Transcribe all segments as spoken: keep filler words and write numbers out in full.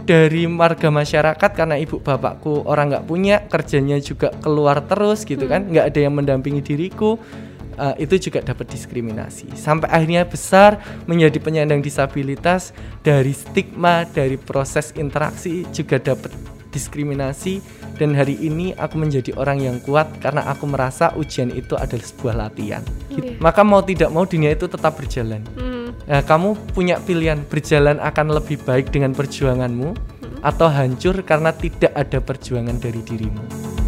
dari marga masyarakat karena ibu bapakku orang nggak punya, kerjanya juga keluar terus gitu kan, nggak ada yang mendampingi diriku. Uh, itu juga dapat diskriminasi sampai akhirnya besar menjadi penyandang disabilitas. Dari stigma, dari proses interaksi juga dapat diskriminasi, dan hari ini aku menjadi orang yang kuat karena aku merasa ujian itu adalah sebuah latihan. Yeah. Maka mau tidak mau dunia itu tetap berjalan. mm. Nah, kamu punya pilihan, berjalan akan lebih baik dengan perjuanganmu, mm. atau hancur karena tidak ada perjuangan dari dirimu.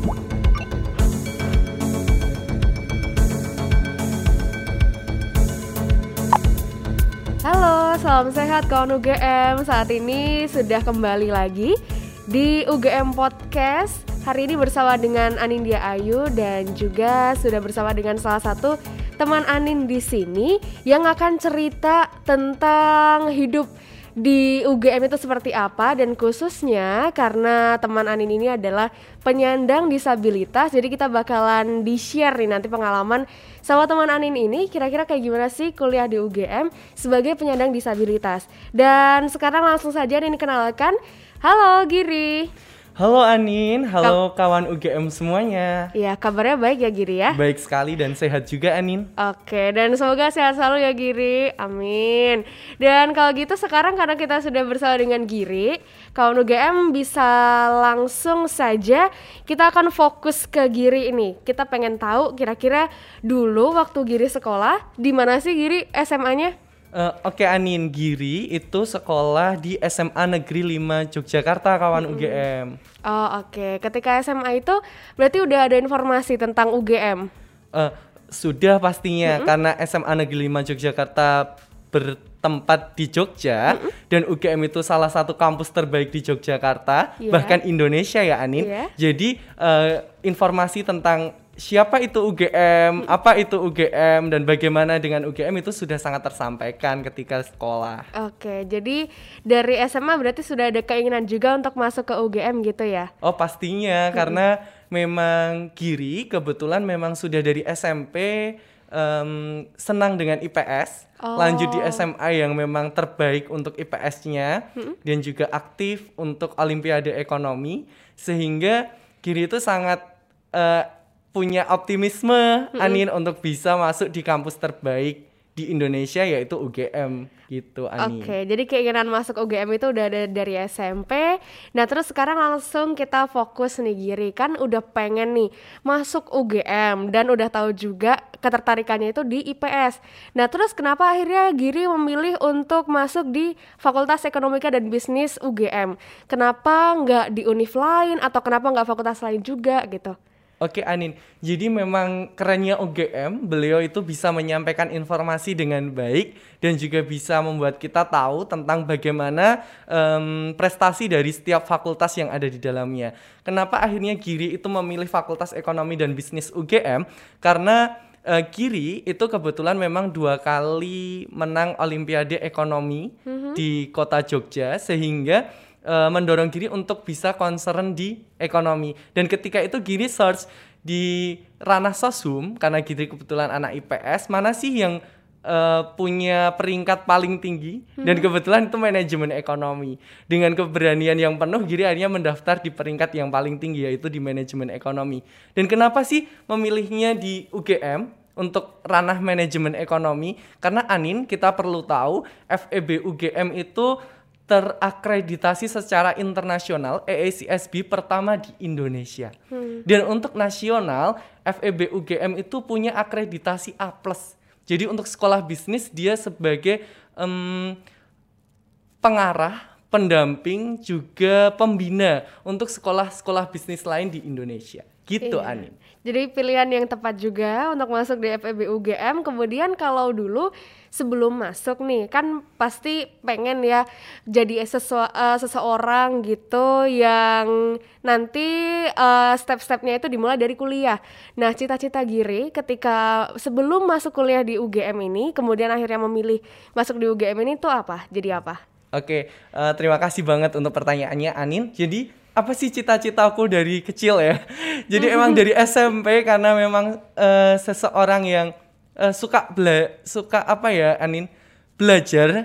Halo, salam sehat kawan U G M. Saat ini sudah kembali lagi di U G M Podcast. Hari ini bersama dengan Anindya Ayu dan juga sudah bersama dengan salah satu teman Anin di sini yang akan cerita tentang hidup di U G M itu seperti apa, dan khususnya karena teman Anin ini adalah penyandang disabilitas, jadi kita bakalan di-share nih nanti pengalaman sama teman Anin ini kira-kira kayak gimana sih kuliah di U G M sebagai penyandang disabilitas. Dan sekarang langsung saja Anin kenalkan. Halo Giri. Halo Anin, halo Ka- kawan U G M semuanya. Iya, kabarnya baik ya Giri ya? Baik sekali dan sehat juga Anin. Oke, dan semoga sehat selalu ya Giri, amin. Dan kalau gitu sekarang karena kita sudah bersama dengan Giri, kawan U G M bisa langsung saja kita akan fokus ke Giri ini. Kita pengen tahu kira-kira dulu waktu Giri sekolah, di mana sih Giri S M A-nya? Uh, Oke okay, Anin, Giri itu sekolah di S M A Negeri lima Yogyakarta, kawan mm-hmm. U G M. Oh oke, okay. Ketika S M A itu berarti udah ada informasi tentang U G M? Uh, sudah pastinya, mm-hmm. karena S M A Negeri lima Yogyakarta bertempat di Jogja, mm-hmm. dan U G M itu salah satu kampus terbaik di Yogyakarta, yeah. bahkan Indonesia ya Anin. Yeah. Jadi uh, informasi tentang siapa itu U G M, apa itu U G M, dan bagaimana dengan U G M itu sudah sangat tersampaikan ketika sekolah. Oke, jadi dari S M A berarti sudah ada keinginan juga untuk masuk ke U G M gitu ya? Oh pastinya, hmm. karena memang Giri kebetulan memang sudah dari S M P um, senang dengan I P S, oh. lanjut di S M A yang memang terbaik untuk I P S-nya, hmm. dan juga aktif untuk Olimpiade Ekonomi, sehingga Giri itu sangat uh, punya optimisme mm-hmm. Anin untuk bisa masuk di kampus terbaik di Indonesia yaitu U G M gitu Anin. Oke, jadi keinginan masuk U G M itu udah ada dari S M P. Nah terus sekarang langsung kita fokus nih Giri, kan udah pengen nih masuk U G M dan udah tahu juga ketertarikannya itu di I P S. Nah terus kenapa akhirnya Giri memilih untuk masuk di Fakultas Ekonomika dan Bisnis U G M? Kenapa nggak di univ lain atau kenapa nggak fakultas lain juga gitu? Oke Anin, jadi memang kerennya U G M, beliau itu bisa menyampaikan informasi dengan baik dan juga bisa membuat kita tahu tentang bagaimana um, prestasi dari setiap fakultas yang ada di dalamnya. Kenapa akhirnya Giri itu memilih Fakultas Ekonomi dan Bisnis U G M? Karena uh, Giri itu kebetulan memang dua kali menang Olimpiade Ekonomi mm-hmm. di kota Jogja, sehingga Uh, mendorong Giri untuk bisa concern di ekonomi. Dan ketika itu Giri search di ranah sosum, karena Giri kebetulan anak I P S, mana sih yang uh, punya peringkat paling tinggi, hmm. dan kebetulan itu manajemen ekonomi. Dengan keberanian yang penuh Giri akhirnya mendaftar di peringkat yang paling tinggi, yaitu di manajemen ekonomi. Dan kenapa sih memilihnya di U G M untuk ranah manajemen ekonomi? Karena Anin, kita perlu tahu F E B U G M itu terakreditasi secara internasional, A A C S B pertama di Indonesia. Hmm. Dan untuk nasional, F E B U G M itu punya akreditasi A plus. Jadi untuk sekolah bisnis dia sebagai um, pengarah, pendamping, juga pembina untuk sekolah-sekolah bisnis lain di Indonesia. Gitu iya. Anin. Jadi pilihan yang tepat juga untuk masuk di F E B U G M. Kemudian kalau dulu sebelum masuk nih kan pasti pengen ya jadi sesua, uh, seseorang gitu yang nanti uh, step-stepnya itu dimulai dari kuliah. Nah cita-cita Giri ketika sebelum masuk kuliah di U G M ini, kemudian akhirnya memilih masuk di U G M ini tuh apa? Jadi apa? Oke, uh, terima kasih banget untuk pertanyaannya Anin. Jadi apa sih cita-citaku dari kecil ya? Jadi mm-hmm. emang dari S M P, karena memang uh, seseorang yang uh, suka bela- suka apa ya Anin? Belajar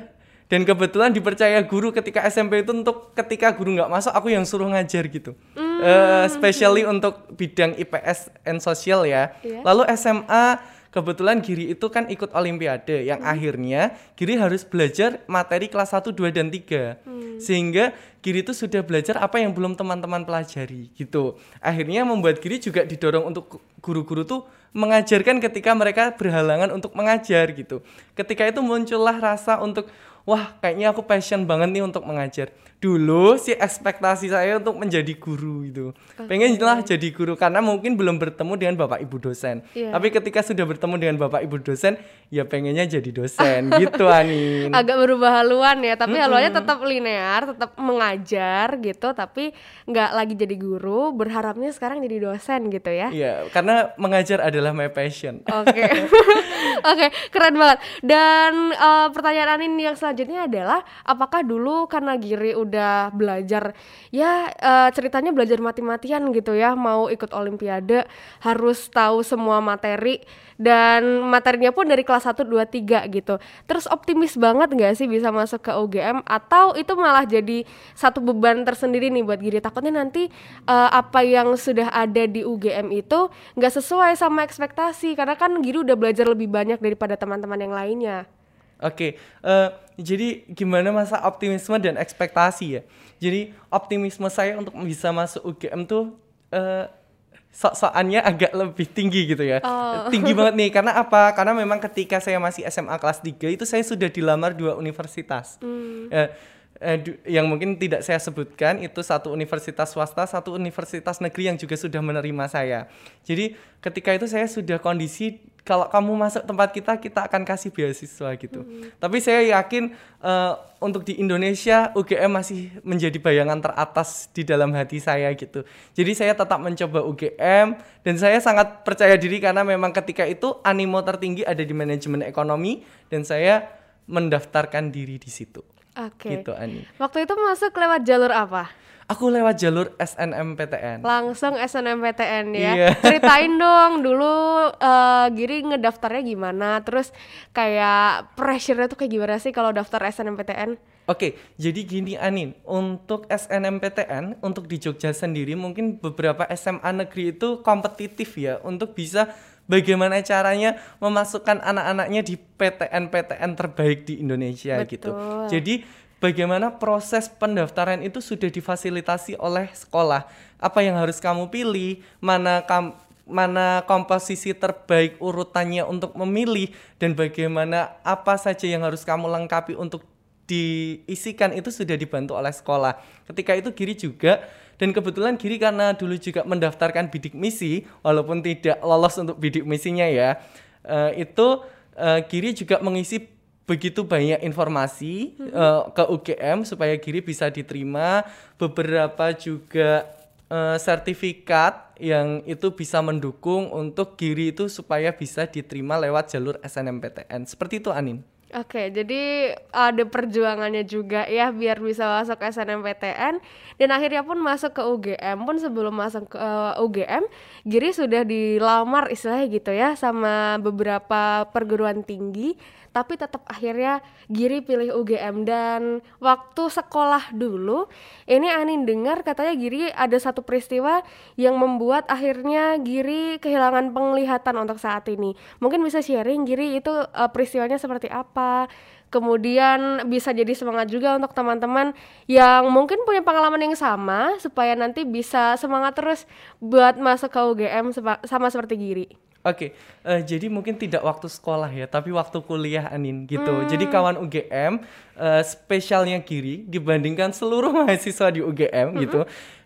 Dan kebetulan dipercaya guru ketika S M P itu untuk ketika guru nggak masuk aku yang suruh ngajar gitu. Mm. Uh, especially untuk bidang I P S and Social ya. Yeah. Lalu S M A kebetulan Giri itu kan ikut olimpiade yang mm. akhirnya Giri harus belajar materi kelas satu, dua, dan tiga. Mm. Sehingga Giri itu sudah belajar apa yang belum teman-teman pelajari gitu. Akhirnya membuat Giri juga didorong untuk guru-guru tuh mengajarkan ketika mereka berhalangan untuk mengajar gitu. Ketika itu muncullah rasa untuk wah, kayaknya aku passion banget nih untuk mengajar. Dulu sih ekspektasi saya untuk menjadi guru gitu. Okay. Pengen lah jadi guru karena mungkin belum bertemu dengan Bapak Ibu dosen. Yeah. Tapi ketika sudah bertemu dengan Bapak Ibu dosen, ya pengennya jadi dosen gitu Anin. Agak berubah haluan ya, tapi mm-hmm. haluannya tetap linear, tetap mengajar gitu, tapi nggak lagi jadi guru, berharapnya sekarang jadi dosen gitu ya. Iya, yeah, karena mengajar adalah my passion. Oke. Okay. Oke, okay, keren banget. Dan uh, pertanyaan Anin yang selanjutnya adalah apakah dulu karena Giri udah belajar ya uh, ceritanya belajar mati-matian gitu ya, mau ikut olimpiade harus tahu semua materi dan materinya pun dari kelas satu, dua, tiga gitu. Terus optimis banget gak sih bisa masuk ke U G M atau itu malah jadi satu beban tersendiri nih buat Giri, takutnya nanti uh, apa yang sudah ada di U G M itu gak sesuai sama ekspektasi karena kan Giri udah belajar lebih banyak daripada teman-teman yang lainnya. Oke, okay, uh, jadi gimana masa optimisme dan ekspektasi ya? Jadi optimisme saya untuk bisa masuk U G M tuh uh, sok-sokannya agak lebih tinggi gitu ya. Oh. Tinggi banget nih, karena apa? Karena memang ketika saya masih S M A kelas tiga itu saya sudah dilamar dua universitas. Hmm. Uh, uh, du- yang mungkin tidak saya sebutkan, itu satu universitas swasta, satu universitas negeri yang juga sudah menerima saya. Jadi ketika itu saya sudah kondisi kalau kamu masuk tempat kita, kita akan kasih beasiswa gitu. Hmm. Tapi saya yakin uh, untuk di Indonesia U G M masih menjadi bayangan teratas di dalam hati saya gitu. Jadi saya tetap mencoba U G M dan saya sangat percaya diri karena memang ketika itu animo tertinggi ada di manajemen ekonomi dan saya mendaftarkan diri di situ. Oke. Okay. Gitu Ani. Waktu itu masuk lewat jalur apa? Aku lewat jalur S N M P T N. Langsung S N M P T N ya. Iya. Ceritain dong dulu uh, Giri ngedaftarnya gimana, terus kayak pressure-nya tuh kayak gimana sih kalau daftar S N M P T N? Oke, jadi gini Anin, untuk S N M P T N, untuk di Jogja sendiri mungkin beberapa S M A negeri itu kompetitif ya untuk bisa bagaimana caranya memasukkan anak-anaknya di P T N-P T N terbaik di Indonesia. Betul. Gitu. Jadi bagaimana proses pendaftaran itu sudah difasilitasi oleh sekolah. Apa yang harus kamu pilih, mana kam, mana komposisi terbaik urutannya untuk memilih, dan bagaimana apa saja yang harus kamu lengkapi untuk diisikan itu sudah dibantu oleh sekolah. Ketika itu Giri juga, dan kebetulan Giri karena dulu juga mendaftarkan bidik misi, walaupun tidak lolos untuk bidik misinya ya, uh, itu uh, Giri juga mengisi begitu banyak informasi hmm. uh, ke U G M supaya Giri bisa diterima, beberapa juga uh, sertifikat yang itu bisa mendukung untuk Giri itu supaya bisa diterima lewat jalur S N M P T N. Seperti itu Anin. Oke, jadi ada perjuangannya juga ya biar bisa masuk S N M P T N dan akhirnya pun masuk ke U G M. Pun sebelum masuk ke uh, U G M, Giri sudah dilamar istilahnya gitu ya sama beberapa perguruan tinggi, tapi tetap akhirnya Giri pilih U G M. Dan waktu sekolah dulu, ini Anin dengar katanya Giri ada satu peristiwa yang membuat akhirnya Giri kehilangan penglihatan untuk saat ini. Mungkin bisa sharing Giri itu uh, peristiwanya seperti apa? Kemudian bisa jadi semangat juga untuk teman-teman yang mungkin punya pengalaman yang sama supaya nanti bisa semangat terus buat masuk ke U G M sama seperti Giri. Oke, okay, uh, jadi mungkin tidak waktu sekolah ya, tapi waktu kuliah Anin gitu. Hmm. Jadi kawan U G M, uh, spesialnya Giri dibandingkan seluruh mahasiswa di U G M hmm. gitu.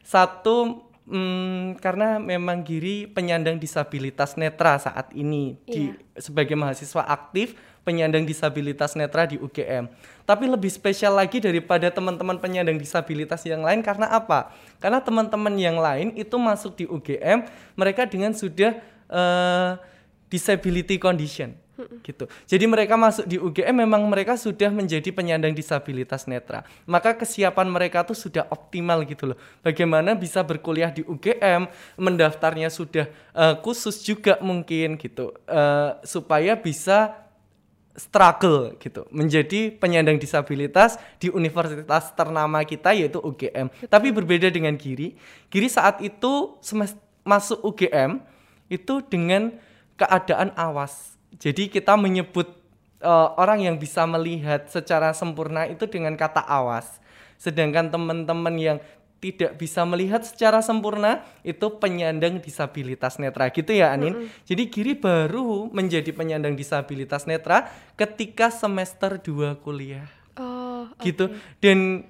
Satu, um, karena memang Giri penyandang disabilitas netra saat ini yeah. di sebagai mahasiswa aktif penyandang disabilitas netra di U G M. Tapi lebih spesial lagi daripada teman-teman penyandang disabilitas yang lain karena apa? Karena teman-teman yang lain itu masuk di U G M, mereka dengan sudah Uh, disability condition gitu. Jadi mereka masuk di U G M memang mereka sudah menjadi penyandang disabilitas netra. Maka kesiapan mereka tuh sudah optimal gitu loh. Bagaimana bisa berkuliah di U G M, mendaftarnya sudah uh, khusus juga mungkin gitu. Uh, supaya bisa struggle gitu menjadi penyandang disabilitas di universitas ternama kita yaitu U G M. Tapi berbeda dengan Giri. Giri saat itu semest- masuk U G M itu dengan keadaan awas. Jadi kita menyebut uh, orang yang bisa melihat secara sempurna itu dengan kata awas. Sedangkan teman-teman yang tidak bisa melihat secara sempurna itu penyandang disabilitas netra gitu ya Anin. Mm-hmm. Jadi Giri baru menjadi penyandang disabilitas netra ketika semester dua kuliah. Oh, gitu. Okay. Dan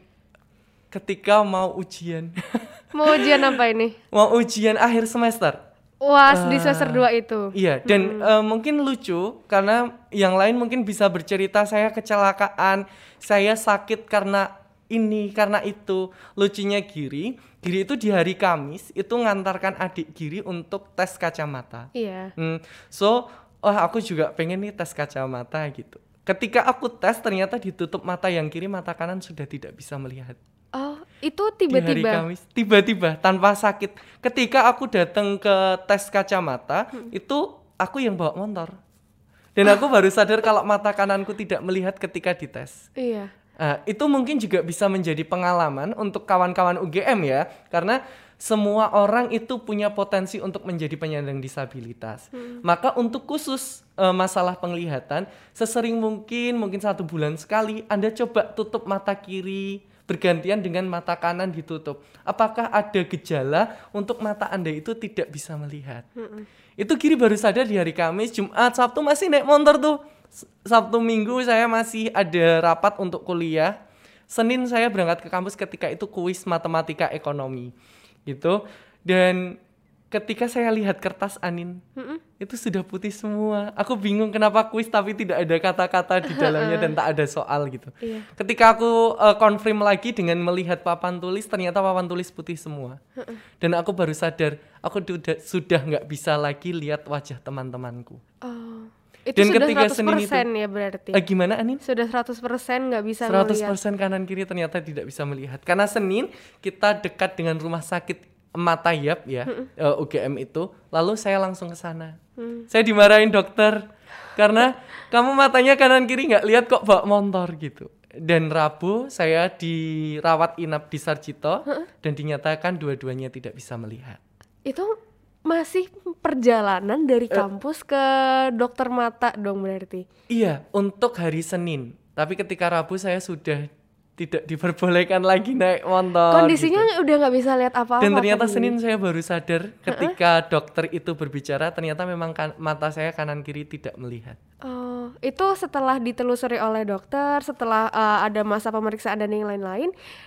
ketika mau ujian. Mau ujian apa ini? Mau ujian akhir semester. Wah, uh, di semester dua itu. Iya, dan hmm. uh, mungkin lucu karena yang lain mungkin bisa bercerita saya kecelakaan, saya sakit karena ini karena itu. Lucunya Giri, Giri itu di hari Kamis itu ngantarkan adik Giri untuk tes kacamata. Iya. Hmm, so, oh aku juga pengen nih tes kacamata gitu. Ketika aku tes ternyata ditutup mata yang kiri, mata kanan sudah tidak bisa melihat. Oh, itu tiba-tiba. Di hari Kamis, tiba-tiba tanpa sakit. Ketika aku datang ke tes kacamata, hmm. itu aku yang bawa motor. Dan aku baru sadar kalau mata kananku tidak melihat ketika dites. Iya. Nah, itu mungkin juga bisa menjadi pengalaman untuk kawan-kawan U G M ya, karena semua orang itu punya potensi untuk menjadi penyandang disabilitas. Hmm. Maka untuk khusus e, masalah penglihatan, sesering mungkin, mungkin satu bulan sekali, Anda coba tutup mata kiri, bergantian dengan mata kanan ditutup. Apakah ada gejala untuk mata Anda itu tidak bisa melihat? Hmm. Itu Giri baru sadar di hari Kamis, Jumat, Sabtu masih naik motor tuh. Sabtu Minggu saya masih ada rapat untuk kuliah. Senin saya berangkat ke kampus ketika itu kuis matematika ekonomi gitu. Dan ketika saya lihat kertas Anin, mm-mm. itu sudah putih semua. Aku bingung kenapa kuis tapi tidak ada kata-kata di dalamnya dan tak ada soal gitu. Iya. Ketika aku uh, confirm lagi dengan melihat papan tulis, ternyata papan tulis putih semua. Dan aku baru sadar aku sudah nggak bisa lagi lihat wajah teman-temanku. Oh. Itu Dan sudah ketika seratus persen Senin itu, ya berarti. Eh, gimana Anin? Sudah seratus persen nggak bisa melihat. seratus persen kanan kiri ternyata tidak bisa melihat. Karena Senin kita dekat dengan rumah sakit Mata Yap ya, uh, U G M itu. Lalu saya langsung ke sana. Hmm. Saya dimarahin dokter karena kamu matanya kanan kiri nggak lihat kok bawa motor gitu. Dan Rabu saya dirawat inap di Sarjito huh? dan dinyatakan dua-duanya tidak bisa melihat. Itu masih perjalanan dari kampus uh, ke dokter mata dong berarti? Iya, untuk hari Senin. Tapi ketika Rabu saya sudah tidak diperbolehkan lagi naik motor. Kondisinya gitu. Udah nggak bisa lihat apa-apa. Dan ternyata apa Senin saya baru sadar ketika uh-uh. dokter itu berbicara ternyata memang kan, mata saya kanan kiri tidak melihat. Oh, itu setelah ditelusuri oleh dokter, setelah uh, ada masa pemeriksaan dan yang lain-lain,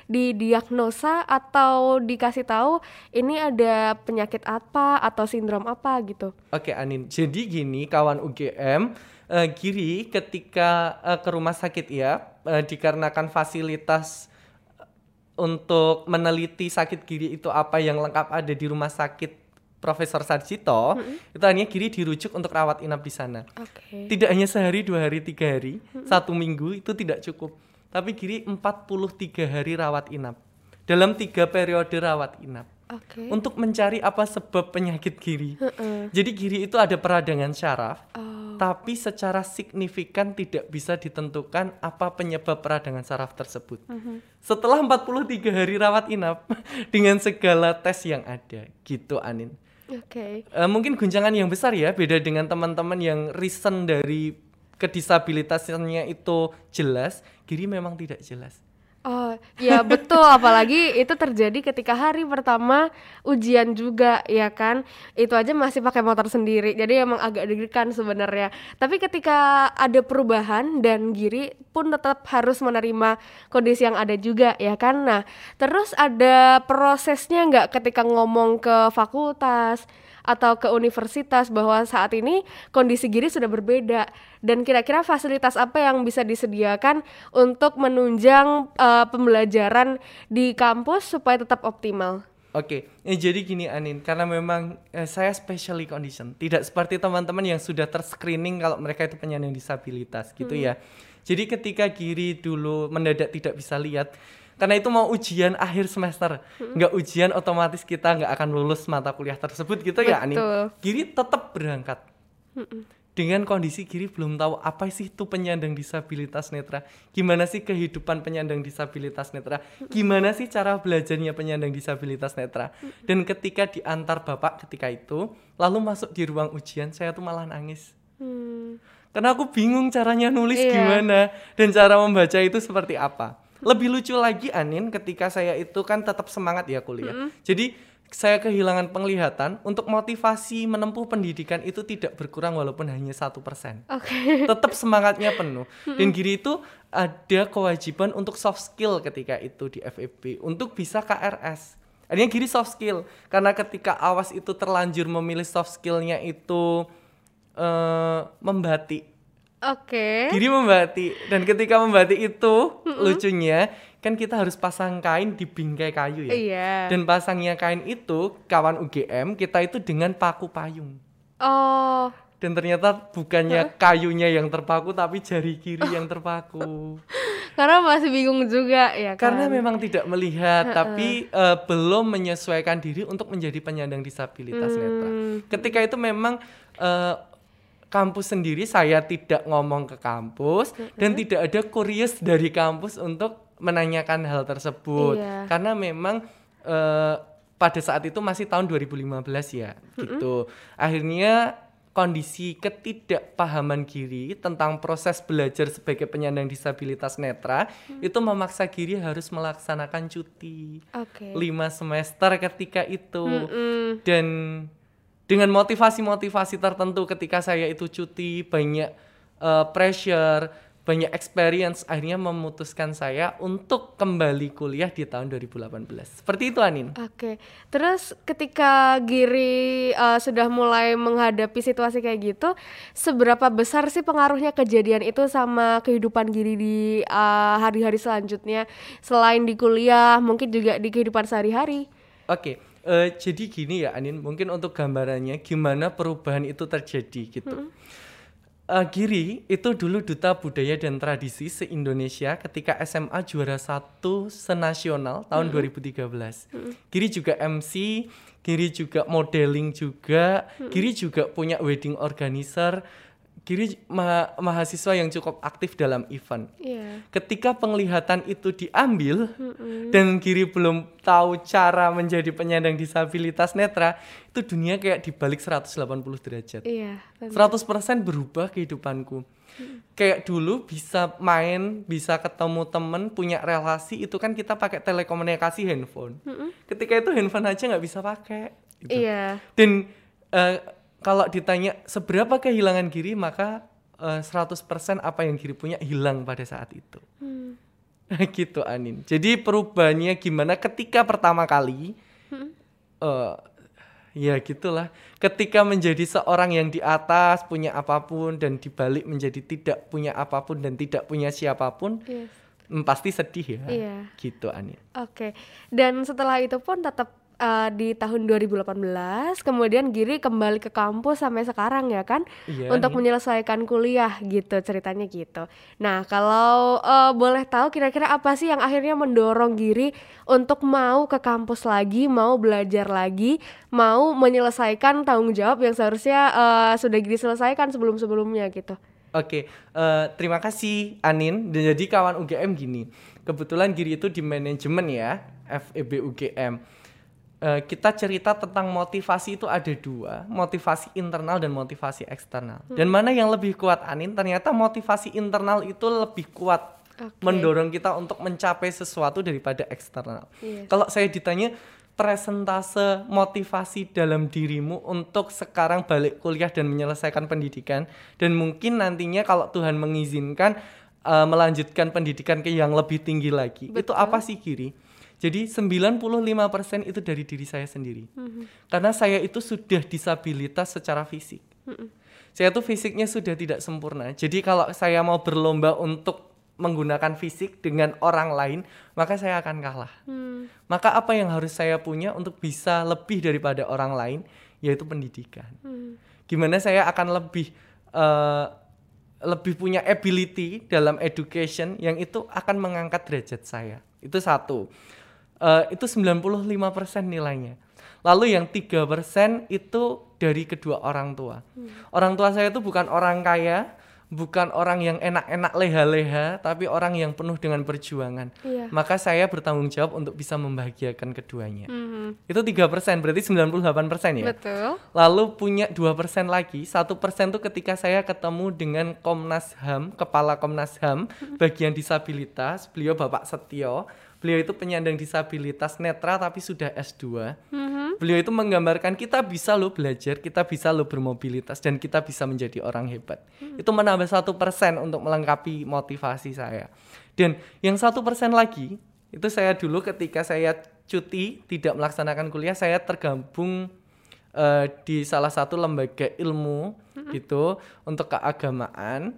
didiagnosa atau dikasih tahu ini ada penyakit apa atau sindrom apa gitu. Oke Anin, jadi gini kawan U G M, uh, Giri ketika uh, ke rumah sakit ya, uh, dikarenakan fasilitas untuk meneliti sakit Giri itu apa yang lengkap ada di rumah sakit Profesor Sarjito, mm-hmm. itu hanya Giri dirujuk untuk rawat inap di sana. Okay. Tidak hanya sehari, dua hari, tiga hari, mm-hmm. satu minggu itu tidak cukup. Tapi Giri empat puluh tiga hari rawat inap. Dalam tiga periode rawat inap. Okay. Untuk mencari apa sebab penyakit Giri. Mm-hmm. Jadi Giri itu ada peradangan syaraf, oh. tapi secara signifikan tidak bisa ditentukan apa penyebab peradangan syaraf tersebut. Mm-hmm. Setelah empat puluh tiga hari rawat inap, dengan segala tes yang ada, gitu Anin. Oke. Okay. Uh, mungkin guncangan yang besar ya, beda dengan teman-teman yang reason dari kedisabilitasnya itu jelas, Giri memang tidak jelas. Oh, ya betul, apalagi itu terjadi ketika hari pertama ujian juga, ya kan? Itu aja masih pakai motor sendiri, jadi emang agak deg-degan sebenarnya. Tapi ketika ada perubahan dan Giri pun tetap harus menerima kondisi yang ada juga, ya kan? Nah, terus ada prosesnya nggak ketika ngomong ke fakultas atau ke universitas bahwa saat ini kondisi Giri sudah berbeda dan kira-kira fasilitas apa yang bisa disediakan untuk menunjang uh, pembelajaran di kampus supaya tetap optimal? Oke, okay. eh, jadi gini Anin, karena memang eh, saya specially condition, tidak seperti teman-teman yang sudah terscreening kalau mereka itu penyandang disabilitas gitu hmm. ya. Jadi ketika Giri dulu mendadak tidak bisa lihat, karena itu mau ujian akhir semester, hmm. nggak ujian otomatis kita nggak akan lulus mata kuliah tersebut gitu. Betul. Ya Anin. Giri tetap berangkat. Hmm. dengan kondisi Giri belum tahu apa sih itu penyandang disabilitas netra, gimana sih kehidupan penyandang disabilitas netra, gimana sih cara belajarnya penyandang disabilitas netra. Dan ketika diantar bapak ketika itu, lalu masuk di ruang ujian, saya tuh malah nangis. Hmm. Karena aku bingung caranya nulis iya. gimana, dan cara membaca itu seperti apa. Lebih lucu lagi Anin, ketika saya itu kan tetap semangat ya kuliah. Hmm. Jadi saya kehilangan penglihatan, untuk motivasi menempuh pendidikan itu tidak berkurang walaupun hanya satu persen. Okay. Tetap semangatnya penuh. Dan Giri itu ada kewajiban untuk soft skill ketika itu di F E B untuk bisa K R S. Artinya Giri soft skill karena ketika awas itu terlanjur memilih soft skillnya itu uh, membatik. Oke. Okay. Giri membatik dan ketika membatik itu mm-mm. lucunya kan kita harus pasang kain di bingkai kayu ya. Iya. Dan pasangnya kain itu kawan U G M kita itu dengan paku payung. Oh. Dan ternyata bukannya huh? kayunya yang terpaku tapi jari kiri oh. yang terpaku. Karena masih bingung juga ya kan. Karena memang tidak melihat tapi uh, belum menyesuaikan diri untuk menjadi penyandang disabilitas hmm. netra. Ketika itu memang uh, kampus sendiri saya tidak ngomong ke kampus uh-huh. dan tidak ada kurios dari kampus untuk menanyakan hal tersebut iya. karena memang uh, pada saat itu masih tahun dua ribu lima belas ya mm-hmm. gitu. Akhirnya kondisi ketidakpahaman Giri tentang proses belajar sebagai penyandang disabilitas netra mm. itu memaksa Giri harus melaksanakan cuti okay. lima semester ketika itu. Mm-mm. Dan dengan motivasi-motivasi tertentu ketika saya itu cuti banyak uh, pressure, banyak experience, akhirnya memutuskan saya untuk kembali kuliah di tahun dua ribu delapan belas. Seperti itu Anin. Oke, terus ketika Giri uh, sudah mulai menghadapi situasi kayak gitu, seberapa besar sih pengaruhnya kejadian itu sama kehidupan Giri di uh, hari-hari selanjutnya, selain di kuliah, mungkin juga di kehidupan sehari-hari? Oke, uh, jadi gini ya Anin, mungkin untuk gambarannya gimana perubahan itu terjadi gitu. Hmm. Uh, Giri itu dulu duta budaya dan tradisi se-Indonesia ketika S M A juara satu senasional tahun mm-hmm. dua ribu tiga belas. Mm-hmm. Giri juga M C, Giri juga modeling juga, mm-hmm. Giri juga punya wedding organizer. Giri ma- mahasiswa yang cukup aktif dalam event. Yeah. Ketika penglihatan itu diambil mm-hmm. dan Giri belum tahu cara menjadi penyandang disabilitas netra, itu dunia kayak dibalik seratus delapan puluh derajat. Yeah, seratus persen berubah kehidupanku. Mm-hmm. Kayak dulu bisa main, bisa ketemu temen, punya relasi, itu kan kita pakai telekomunikasi handphone. Mm-hmm. Ketika itu handphone aja nggak bisa pakai. Gitu. Yeah. Dan uh, kalau ditanya seberapa kehilangan Giri, maka uh, seratus persen apa yang Giri punya hilang pada saat itu. Hmm. Gitu Anin. Jadi perubahannya gimana ketika pertama kali, hmm. uh, ya gitulah. Ketika menjadi seorang yang di atas, punya apapun, dan dibalik menjadi tidak punya apapun dan tidak punya siapapun, yes. hmm, pasti sedih ya. Iya. Gitu Anin. Oke. Okay. Dan setelah itu pun tetap Uh, di tahun dua ribu delapan belas kemudian Giri kembali ke kampus sampai sekarang ya kan, iya, untuk nih. menyelesaikan kuliah gitu ceritanya gitu. Nah kalau uh, boleh tahu kira-kira apa sih yang akhirnya mendorong Giri untuk mau ke kampus lagi, mau belajar lagi, mau menyelesaikan tanggung jawab yang seharusnya uh, sudah Giri selesaikan sebelum-sebelumnya gitu. Oke, uh, terima kasih Anin. Dan jadi kawan U G M gini, kebetulan Giri itu di manajemen ya, F E B U G M. Uh, kita cerita tentang motivasi itu ada dua, motivasi internal dan motivasi eksternal. Hmm. Dan mana yang lebih kuat Anin? Ternyata motivasi internal itu lebih kuat okay. mendorong kita untuk mencapai sesuatu daripada eksternal. Yes. Kalau saya ditanya presentase motivasi dalam dirimu untuk sekarang balik kuliah dan menyelesaikan pendidikan, dan mungkin nantinya kalau Tuhan mengizinkan uh, melanjutkan pendidikan ke yang lebih tinggi lagi, betul. Itu apa sih Giri? Jadi sembilan puluh lima persen itu dari diri saya sendiri. Mm-hmm. Karena saya itu sudah disabilitas secara fisik. Mm-hmm. Saya tuh fisiknya sudah tidak sempurna. Jadi kalau saya mau berlomba untuk menggunakan fisik dengan orang lain, maka saya akan kalah. Mm. Maka apa yang harus saya punya untuk bisa lebih daripada orang lain, yaitu pendidikan. Mm. Gimana saya akan lebih uh, lebih punya ability dalam education yang itu akan mengangkat derajat saya. Itu satu. Uh, itu sembilan puluh lima persen nilainya. Lalu yang tiga persen itu dari kedua orang tua. Hmm. Orang tua saya itu bukan orang kaya, bukan orang yang enak-enak leha-leha, tapi orang yang penuh dengan perjuangan. Iya. Maka saya bertanggung jawab untuk bisa membahagiakan keduanya. Hmm. Itu tiga persen, berarti sembilan puluh delapan persen ya. Betul. Lalu punya dua persen lagi, satu persen itu ketika saya ketemu dengan Komnas H A M, Kepala Komnas H A M, bagian disabilitas, beliau Bapak Setio. Beliau itu penyandang disabilitas netra tapi sudah S dua. Mm-hmm. Beliau itu menggambarkan kita bisa loh belajar, kita bisa loh bermobilitas, dan kita bisa menjadi orang hebat. Mm-hmm. Itu menambah satu persen untuk melengkapi motivasi saya. Dan yang satu persen lagi, itu saya dulu ketika saya cuti, tidak melaksanakan kuliah, saya tergabung uh, di salah satu lembaga ilmu mm-hmm. gitu, untuk keagamaan.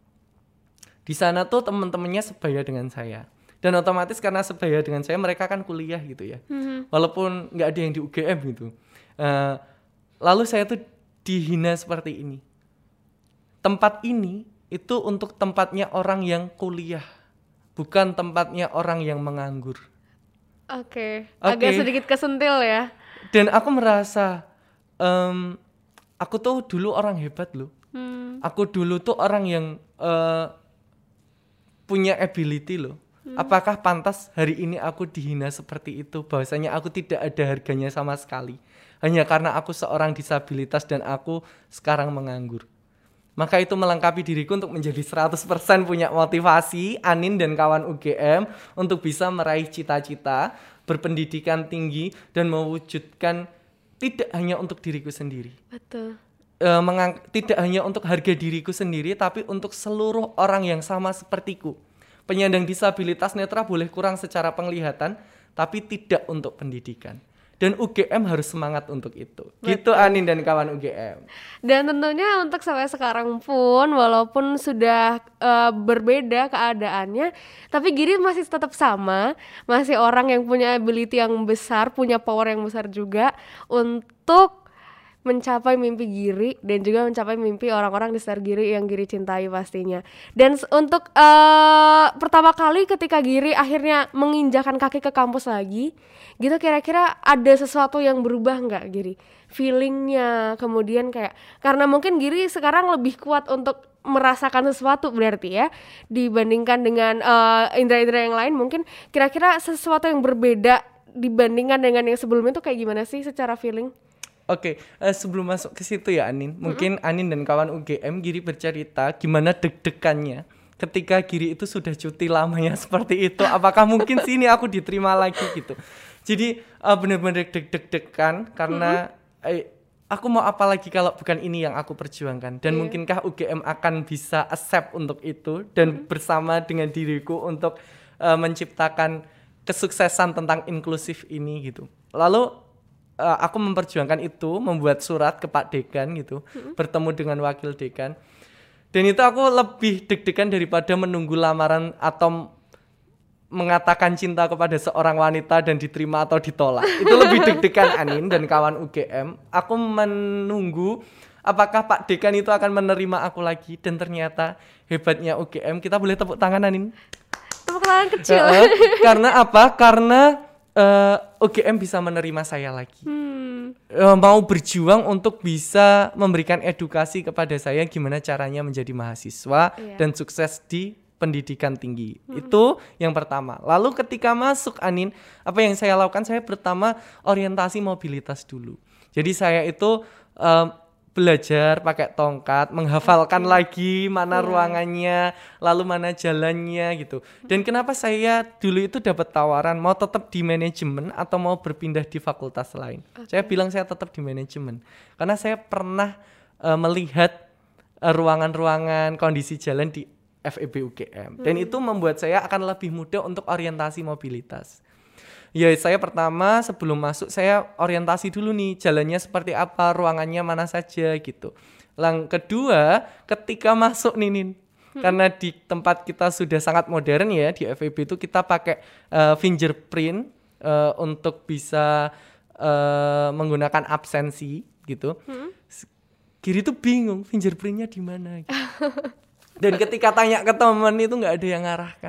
Di sana tuh teman-temannya sebaya dengan saya. Dan otomatis karena sebaya dengan saya, mereka kan kuliah gitu ya. Mm-hmm. Walaupun nggak ada yang di U G M gitu. Uh, lalu saya tuh dihina seperti ini. Tempat ini itu untuk tempatnya orang yang kuliah, bukan tempatnya orang yang menganggur. Oke, okay. okay. Agak sedikit kesentil ya. Dan aku merasa, um, aku tuh dulu orang hebat loh. Hmm. Aku dulu tuh orang yang uh, punya ability loh. Hmm. Apakah pantas hari ini aku dihina seperti itu? Bahwasanya aku tidak ada harganya sama sekali, hanya karena aku seorang disabilitas dan aku sekarang menganggur. Maka itu melengkapi diriku untuk menjadi seratus persen punya motivasi, Anin dan kawan U G M, untuk bisa meraih cita-cita, berpendidikan tinggi, dan mewujudkan tidak hanya untuk diriku sendiri. Betul. E, mengang- tidak hanya untuk harga diriku sendiri, tapi untuk seluruh orang yang sama sepertiku. Penyandang disabilitas netra boleh kurang secara penglihatan, tapi tidak untuk pendidikan. Dan U G M harus semangat untuk itu. Betul. Gitu Anin dan kawan U G M. Dan tentunya untuk sampai sekarang pun, walaupun sudah uh, berbeda keadaannya, tapi Giri masih tetap sama. Masih orang yang punya ability yang besar, punya power yang besar juga untuk mencapai mimpi Giri dan juga mencapai mimpi orang-orang di sekitar Giri yang Giri cintai pastinya. Dan untuk uh, pertama kali ketika Giri akhirnya menginjakan kaki ke kampus lagi, gitu kira-kira ada sesuatu yang berubah nggak Giri? Feelingnya, kemudian kayak, karena mungkin Giri sekarang lebih kuat untuk merasakan sesuatu berarti ya, dibandingkan dengan uh, indera-indera yang lain, mungkin kira-kira sesuatu yang berbeda dibandingkan dengan yang sebelumnya itu kayak gimana sih secara feeling? Oke, okay, uh, sebelum masuk ke situ ya Anin, mm-hmm. mungkin Anin dan kawan U G M Giri bercerita gimana deg-degannya ketika Giri itu sudah cuti lamanya seperti itu. Apakah mungkin sini aku diterima lagi gitu. Jadi uh, benar-benar deg-deg-degan karena mm-hmm. eh, aku mau apa lagi kalau bukan ini yang aku perjuangkan. Dan yeah. mungkinkah U G M akan bisa accept untuk itu dan mm-hmm. bersama dengan diriku untuk uh, menciptakan kesuksesan tentang inklusif ini gitu. Lalu Uh, aku memperjuangkan itu, membuat surat ke Pak Dekan gitu, hmm. bertemu dengan wakil dekan. Dan itu aku lebih deg-degan daripada menunggu lamaran atau mengatakan cinta kepada seorang wanita dan diterima atau ditolak. Itu lebih deg-degan Anin dan kawan U G M. Aku menunggu apakah Pak Dekan itu akan menerima aku lagi, dan ternyata hebatnya U G M. Kita boleh tepuk tangan Anin? Tepuk tangan kecil. Uh, karena apa? Karena Uh, U G M bisa menerima saya lagi, hmm. uh, mau berjuang untuk bisa memberikan edukasi kepada saya gimana caranya menjadi mahasiswa yeah. dan sukses di pendidikan tinggi. Hmm. Itu yang pertama. Lalu ketika masuk Anin, apa yang saya lakukan? Saya pertama orientasi mobilitas dulu. Jadi saya itu uh, belajar pakai tongkat, menghafalkan okay. lagi mana yeah. ruangannya, lalu mana jalannya gitu. Dan kenapa saya dulu itu dapat tawaran mau tetap di manajemen atau mau berpindah di fakultas lain. Okay. Saya bilang saya tetap di manajemen. Karena saya pernah uh, melihat uh, ruangan-ruangan, kondisi jalan di F E B U G M. Hmm. Dan itu membuat saya akan lebih mudah untuk orientasi mobilitas. Ya saya pertama sebelum masuk saya orientasi dulu nih jalannya seperti apa, ruangannya mana saja gitu. Yang kedua ketika masuk nih Nin, hmm. karena di tempat kita sudah sangat modern ya di F E B itu kita pakai uh, fingerprint uh, untuk bisa uh, menggunakan absensi gitu. Hmm. Giri tuh bingung fingerprintnya di mana gitu. Dan ketika tanya ke teman itu nggak ada yang ngarahkan.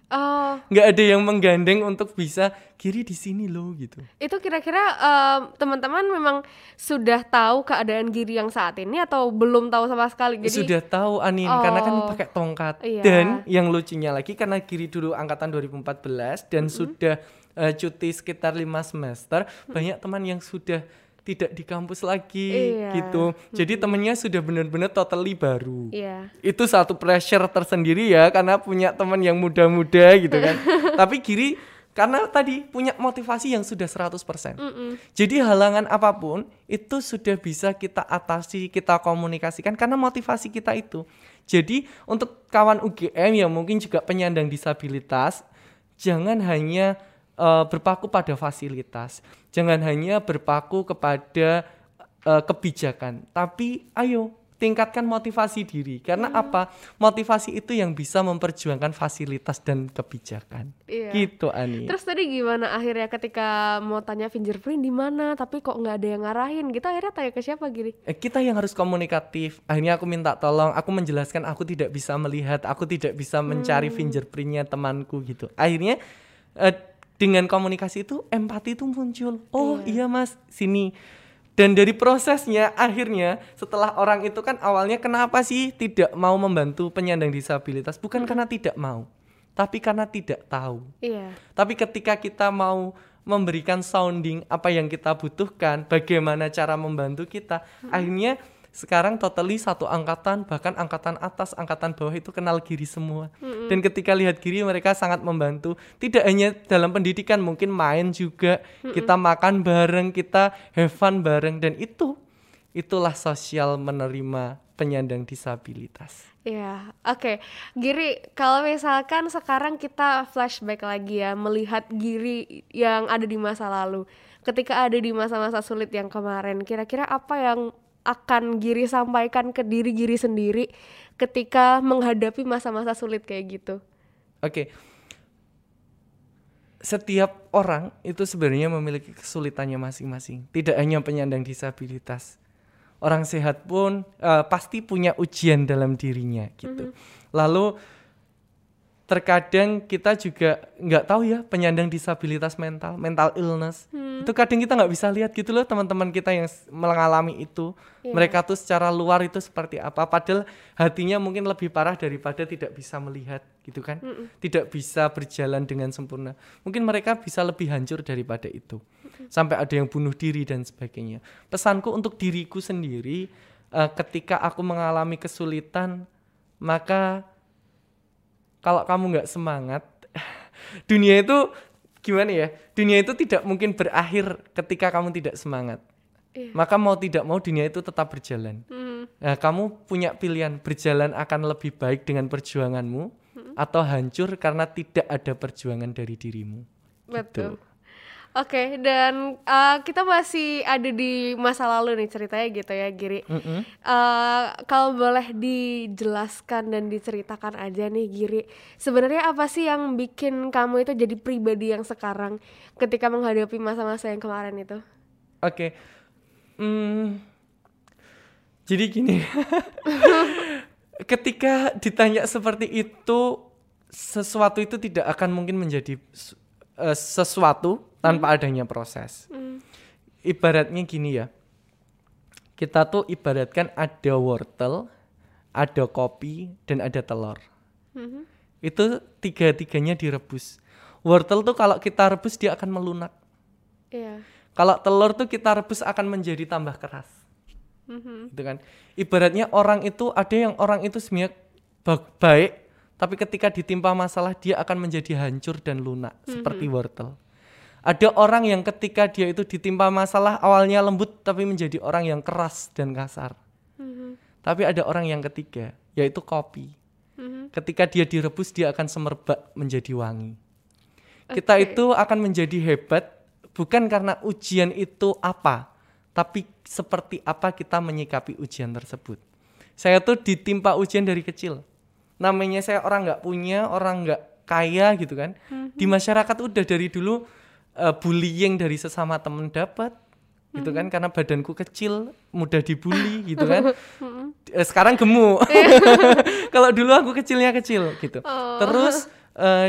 Oh, Nggak ada yang menggandeng untuk bisa Giri di sini loh gitu. itu kira-kira em, teman-teman memang sudah tahu keadaan Giri yang saat ini atau belum tahu sama sekali? Jadi Sudah tahu Anin, karena kan Oh, pakai tongkat. iya. Dan yang lucunya lagi karena Giri dulu angkatan dua ribu empat belas dan sudah eh, cuti sekitar lima semester, banyak teman yang sudah tidak di kampus lagi Iya. gitu. Jadi temennya sudah benar-benar totally baru. Iya. Itu satu pressure tersendiri ya, karena punya teman yang muda-muda gitu kan. Tapi Giri karena tadi punya motivasi yang sudah seratus persen. Jadi halangan apapun itu sudah bisa kita atasi, kita komunikasikan karena motivasi kita itu. Jadi untuk kawan U G M yang mungkin juga penyandang disabilitas, jangan hanya uh, berpaku pada fasilitas, jangan hanya berpaku kepada uh, kebijakan, tapi ayo tingkatkan motivasi diri. Karena hmm. apa? Motivasi itu yang bisa memperjuangkan fasilitas dan kebijakan. Iya. Gitu Ani. Terus tadi gimana akhirnya ketika mau tanya fingerprint di mana, tapi kok nggak ada yang ngarahin? Kita akhirnya tanya ke siapa Giri? Eh, kita yang harus komunikatif. Akhirnya aku minta tolong, aku menjelaskan aku tidak bisa melihat, aku tidak bisa mencari hmm. fingerprintnya temanku gitu. Akhirnya eh, dengan komunikasi itu empati itu muncul. Oh iya, iya mas, sini. Dan dari prosesnya akhirnya setelah orang itu kan awalnya kenapa sih tidak mau membantu penyandang disabilitas? Bukan hmm. karena tidak mau, tapi karena tidak tahu. Iya. Tapi ketika kita mau memberikan sounding apa yang kita butuhkan, bagaimana cara membantu kita, hmm. akhirnya sekarang totally satu angkatan, bahkan angkatan atas, angkatan bawah itu kenal Giri semua. Mm-hmm. Dan ketika lihat Giri mereka sangat membantu. Tidak hanya dalam pendidikan, mungkin main juga. Mm-hmm. Kita makan bareng, kita have fun bareng. Dan itu, itulah sosial menerima penyandang disabilitas. Iya, oke. Okay. Giri, kalau misalkan sekarang kita flashback lagi ya, melihat Giri yang ada di masa lalu. Ketika ada di masa-masa sulit yang kemarin, kira-kira apa yang akan Giri sampaikan ke diri Giri sendiri ketika menghadapi masa-masa sulit kayak gitu? Oke, okay. Setiap orang itu sebenarnya memiliki kesulitannya masing-masing. Tidak hanya penyandang disabilitas, orang sehat pun uh, pasti punya ujian dalam dirinya gitu. Mm-hmm. Lalu terkadang kita juga nggak tahu ya penyandang disabilitas mental, mental illness. Hmm. Itu kadang kita nggak bisa lihat gitu loh teman-teman kita yang mengalami itu. Yeah. Mereka tuh secara luar itu seperti apa. Padahal hatinya mungkin lebih parah daripada tidak bisa melihat gitu kan. Mm-mm. Tidak bisa berjalan dengan sempurna. Mungkin mereka bisa lebih hancur daripada itu. Mm-mm. Sampai ada yang bunuh diri dan sebagainya. Pesanku untuk diriku sendiri, uh, ketika aku mengalami kesulitan, maka kalau kamu nggak semangat, dunia itu gimana ya? Dunia itu tidak mungkin berakhir ketika kamu tidak semangat. Iya. Maka mau tidak mau dunia itu tetap berjalan. Mm. Nah, kamu punya pilihan berjalan akan lebih baik dengan perjuanganmu, mm. atau hancur karena tidak ada perjuangan dari dirimu. Betul. Gitu. Oke, okay, dan uh, kita masih ada di masa lalu nih ceritanya gitu ya Giri. Mm-hmm. Uh, kalau boleh dijelaskan dan diceritakan aja nih Giri, sebenarnya apa sih yang bikin kamu itu jadi pribadi yang sekarang ketika menghadapi masa-masa yang kemarin itu? Oke, okay. hmm, jadi gini, ketika ditanya seperti itu, sesuatu itu tidak akan mungkin menjadi uh, sesuatu tanpa adanya proses. Mm. Ibaratnya gini ya, kita tuh ibaratkan ada wortel, ada kopi, dan ada telur. Mm-hmm. Itu tiga-tiganya direbus. Wortel tuh kalau kita rebus dia akan melunak. Yeah. Kalau telur tuh kita rebus akan menjadi tambah keras. Mm-hmm. Gitu kan. Ibaratnya orang itu, ada yang orang itu sebenarnya baik, tapi ketika ditimpa masalah dia akan menjadi hancur dan lunak, mm-hmm. seperti wortel. Ada orang yang ketika dia itu ditimpa masalah awalnya lembut tapi menjadi orang yang keras dan kasar. Mm-hmm. Tapi ada orang yang ketiga, yaitu kopi. Mm-hmm. Ketika dia direbus dia akan semerbak menjadi wangi. Okay. Kita itu akan menjadi hebat bukan karena ujian itu apa, tapi seperti apa kita menyikapi ujian tersebut. Saya tuh ditimpa ujian dari kecil. Namanya saya orang nggak punya, orang nggak kaya gitu kan. Mm-hmm. Di masyarakat udah dari dulu Uh, bullying dari sesama teman dapat, mm-hmm. gitu kan, karena badanku kecil mudah dibully gitu kan. uh, sekarang gemuk. Kalau dulu aku kecilnya kecil gitu. Oh. Terus uh,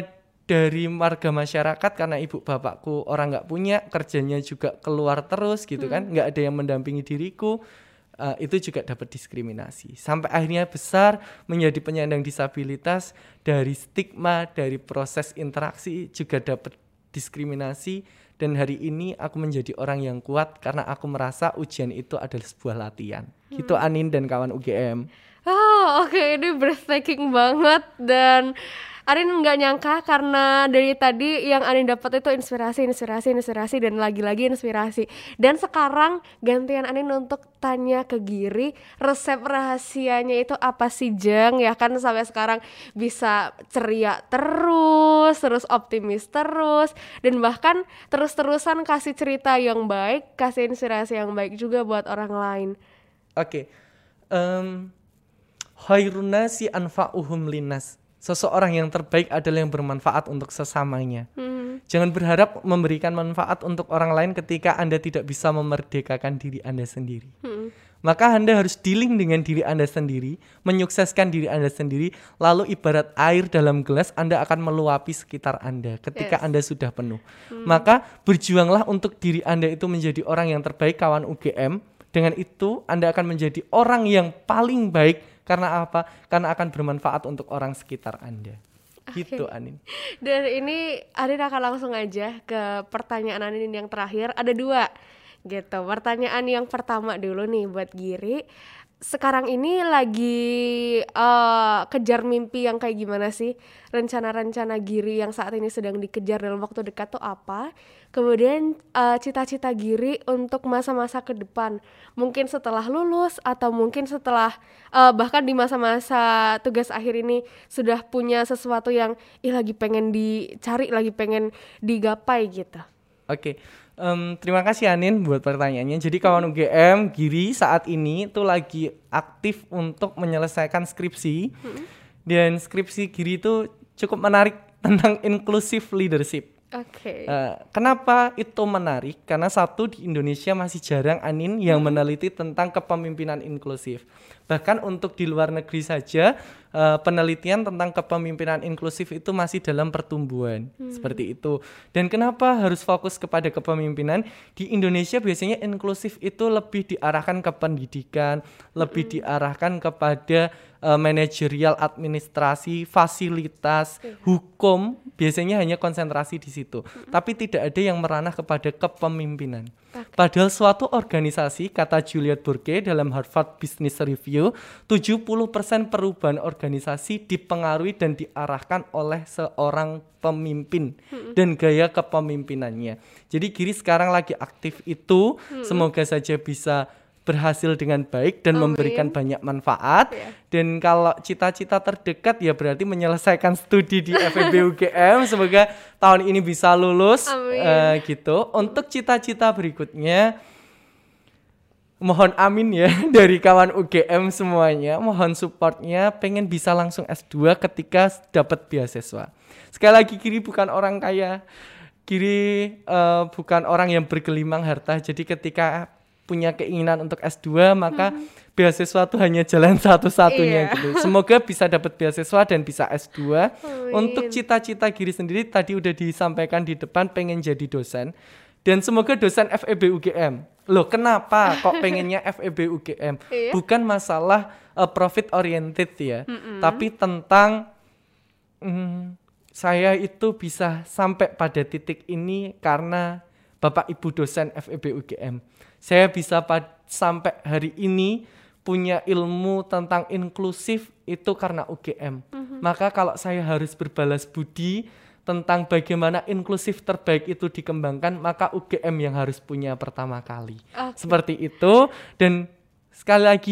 dari warga masyarakat karena ibu bapakku orang nggak punya, kerjanya juga keluar terus gitu kan, nggak ada yang mendampingi diriku, uh, itu juga dapat diskriminasi. Sampai akhirnya besar menjadi penyandang disabilitas, dari stigma, dari proses interaksi juga dapat diskriminasi. Dan hari ini aku menjadi orang yang kuat karena aku merasa ujian itu adalah sebuah latihan. Hmm. Gitu Anin dan kawan U G M. Oh oke, okay. Ini breathtaking banget. Dan Anin nggak nyangka karena dari tadi yang Anin dapat itu inspirasi, inspirasi, inspirasi dan lagi-lagi inspirasi. Dan sekarang gantian Anin untuk tanya ke Giri, resep rahasianya itu apa sih Jeng? Ya kan sampai sekarang bisa ceria terus, terus optimis terus, dan bahkan terus-terusan kasih cerita yang baik, kasih inspirasi yang baik juga buat orang lain. Oke, okay. um, khairun nasi anfa'uhum linnas. Seseorang yang terbaik adalah yang bermanfaat untuk sesamanya. Hmm. Jangan berharap memberikan manfaat untuk orang lain ketika Anda tidak bisa memerdekakan diri Anda sendiri. Hmm. Maka Anda harus dealing dengan diri Anda sendiri, menyukseskan diri Anda sendiri, lalu ibarat air dalam gelas Anda akan meluapi sekitar Anda ketika yes. Anda sudah penuh. Hmm. Maka berjuanglah untuk diri Anda itu menjadi orang yang terbaik kawan U G M. Dengan itu Anda akan menjadi orang yang paling baik. Karena apa? Karena akan bermanfaat untuk orang sekitar Anda. Okay. Gitu Anin. Dan ini Anin akan langsung aja ke pertanyaan Anin yang terakhir. Ada dua gitu. Pertanyaan yang pertama dulu nih buat Giri. Sekarang ini lagi uh, kejar mimpi yang kayak gimana sih? Rencana-rencana Giri yang saat ini sedang dikejar dalam waktu dekat tuh apa? Kemudian uh, cita-cita Giri untuk masa-masa ke depan, mungkin setelah lulus atau mungkin setelah uh, bahkan di masa-masa tugas akhir ini sudah punya sesuatu yang ih lagi pengen dicari, lagi pengen digapai gitu. Oke. Okay. Um, terima kasih Anin buat pertanyaannya. Jadi kawan U G M, Giri saat ini tuh lagi aktif untuk menyelesaikan skripsi. Hmm. Dan skripsi Giri itu cukup menarik tentang inclusive leadership. Oke. Okay. Uh, kenapa itu menarik? Karena satu, di Indonesia masih jarang Anin yang hmm. meneliti tentang kepemimpinan inklusif. Bahkan untuk di luar negeri saja uh, penelitian tentang kepemimpinan inklusif itu masih dalam pertumbuhan hmm. seperti itu. Dan kenapa harus fokus kepada kepemimpinan? Di Indonesia biasanya inklusif itu lebih diarahkan ke pendidikan, lebih hmm. diarahkan kepada uh, manajerial, administrasi, fasilitas, hmm. hukum. Biasanya hanya konsentrasi di situ. Hmm. Tapi tidak ada yang meranah kepada kepemimpinan. Okay. Padahal suatu organisasi, kata Juliet Burke dalam Harvard Business Review, tujuh puluh persen perubahan organisasi dipengaruhi dan diarahkan oleh seorang pemimpin hmm. dan gaya kepemimpinannya. Jadi Giri sekarang lagi aktif itu, hmm. semoga saja bisa berhasil dengan baik dan Amin. Memberikan banyak manfaat. Yeah. Dan kalau cita-cita terdekat ya berarti menyelesaikan studi di F E B U G M. Semoga tahun ini bisa lulus uh, gitu. Untuk cita-cita berikutnya, mohon amin ya dari kawan U G M semuanya. Mohon supportnya, pengen bisa langsung S dua ketika dapat beasiswa. Sekali lagi Giri bukan orang kaya. Giri uh, bukan orang yang bergelimang harta. Jadi ketika punya keinginan untuk S dua maka hmm. beasiswa itu hanya jalan satu-satunya. Iya. Gitu. Semoga bisa dapat beasiswa dan bisa S dua. Amin. Untuk cita-cita Giri sendiri tadi udah disampaikan di depan, pengen jadi dosen dan semoga dosen F E B U G M. Loh kenapa kok pengennya F E B U G M? Iya. Bukan masalah uh, profit oriented ya, Mm-mm. tapi tentang mm, saya itu bisa sampai pada titik ini karena Bapak Ibu dosen F E B U G M. Saya bisa pad- sampai hari ini punya ilmu tentang inklusif itu karena U G M. Mm-hmm. Maka kalau saya harus berbalas budi tentang bagaimana inklusif terbaik itu dikembangkan, maka U G M yang harus punya pertama kali. Okay. Seperti itu. Dan sekali lagi,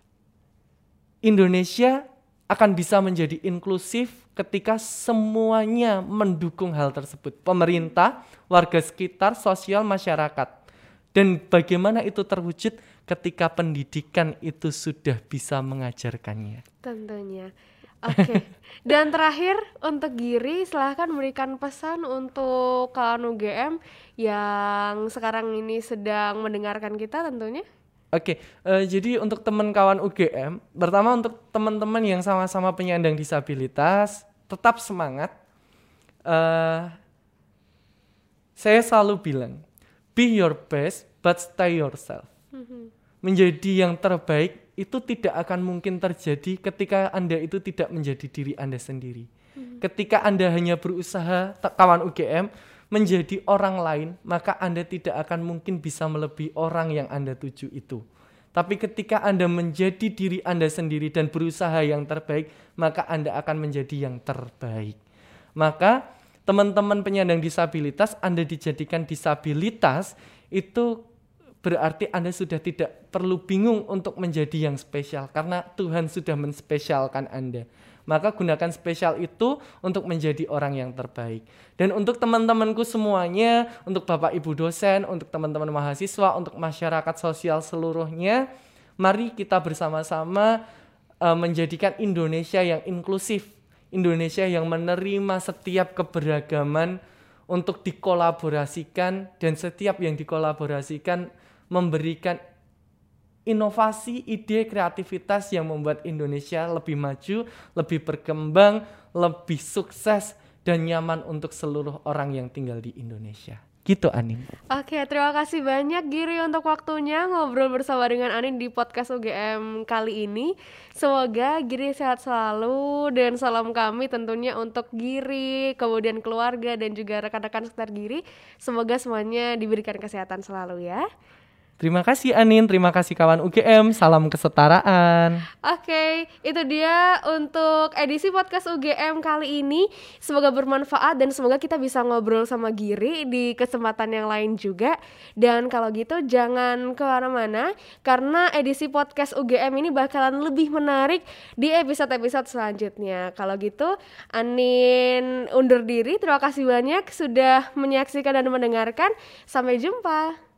Indonesia akan bisa menjadi inklusif ketika semuanya mendukung hal tersebut. Pemerintah, warga sekitar, sosial, masyarakat. Dan bagaimana itu terwujud ketika pendidikan itu sudah bisa mengajarkannya. Tentunya. Oke. Okay. Dan terakhir untuk Giri, silahkan berikan pesan untuk kawan U G M yang sekarang ini sedang mendengarkan kita tentunya. Oke, okay, uh, jadi untuk teman kawan U G M, pertama untuk teman-teman yang sama-sama penyandang disabilitas, tetap semangat. uh, saya selalu bilang, be your best but stay yourself. Mm-hmm. Menjadi yang terbaik itu tidak akan mungkin terjadi ketika Anda itu tidak menjadi diri Anda sendiri. Mm-hmm. Ketika Anda hanya berusaha, kawan U G M, menjadi orang lain, maka Anda tidak akan mungkin bisa melebihi orang yang Anda tuju itu. Tapi ketika Anda menjadi diri Anda sendiri dan berusaha yang terbaik, maka Anda akan menjadi yang terbaik. Maka teman-teman penyandang disabilitas, Anda dijadikan disabilitas, itu berarti Anda sudah tidak perlu bingung untuk menjadi yang spesial, karena Tuhan sudah menspesialkan Anda. Maka gunakan spesial itu untuk menjadi orang yang terbaik. Dan untuk teman-temanku semuanya, untuk Bapak Ibu dosen, untuk teman-teman mahasiswa, untuk masyarakat sosial seluruhnya, mari kita bersama-sama uh, menjadikan Indonesia yang inklusif, Indonesia yang menerima setiap keberagaman untuk dikolaborasikan, dan setiap yang dikolaborasikan memberikan inovasi, ide, kreativitas yang membuat Indonesia lebih maju, lebih berkembang, lebih sukses, dan nyaman untuk seluruh orang yang tinggal di Indonesia. Gitu, Anin. Oke, terima kasih banyak Giri untuk waktunya ngobrol bersama dengan Anin di podcast U G M kali ini. Semoga Giri sehat selalu, dan salam kami tentunya untuk Giri, kemudian keluarga, dan juga rekan-rekan sekitar Giri. Semoga semuanya diberikan kesehatan selalu ya. Terima kasih Anin, terima kasih kawan U G M, salam kesetaraan. Oke, itu dia untuk edisi podcast U G M kali ini. Semoga bermanfaat dan semoga kita bisa ngobrol sama Giri di kesempatan yang lain juga. Dan kalau gitu jangan kemana-mana, karena edisi podcast U G M ini bakalan lebih menarik di episode-episode selanjutnya. Kalau gitu Anin undur diri, terima kasih banyak sudah menyaksikan dan mendengarkan. Sampai jumpa.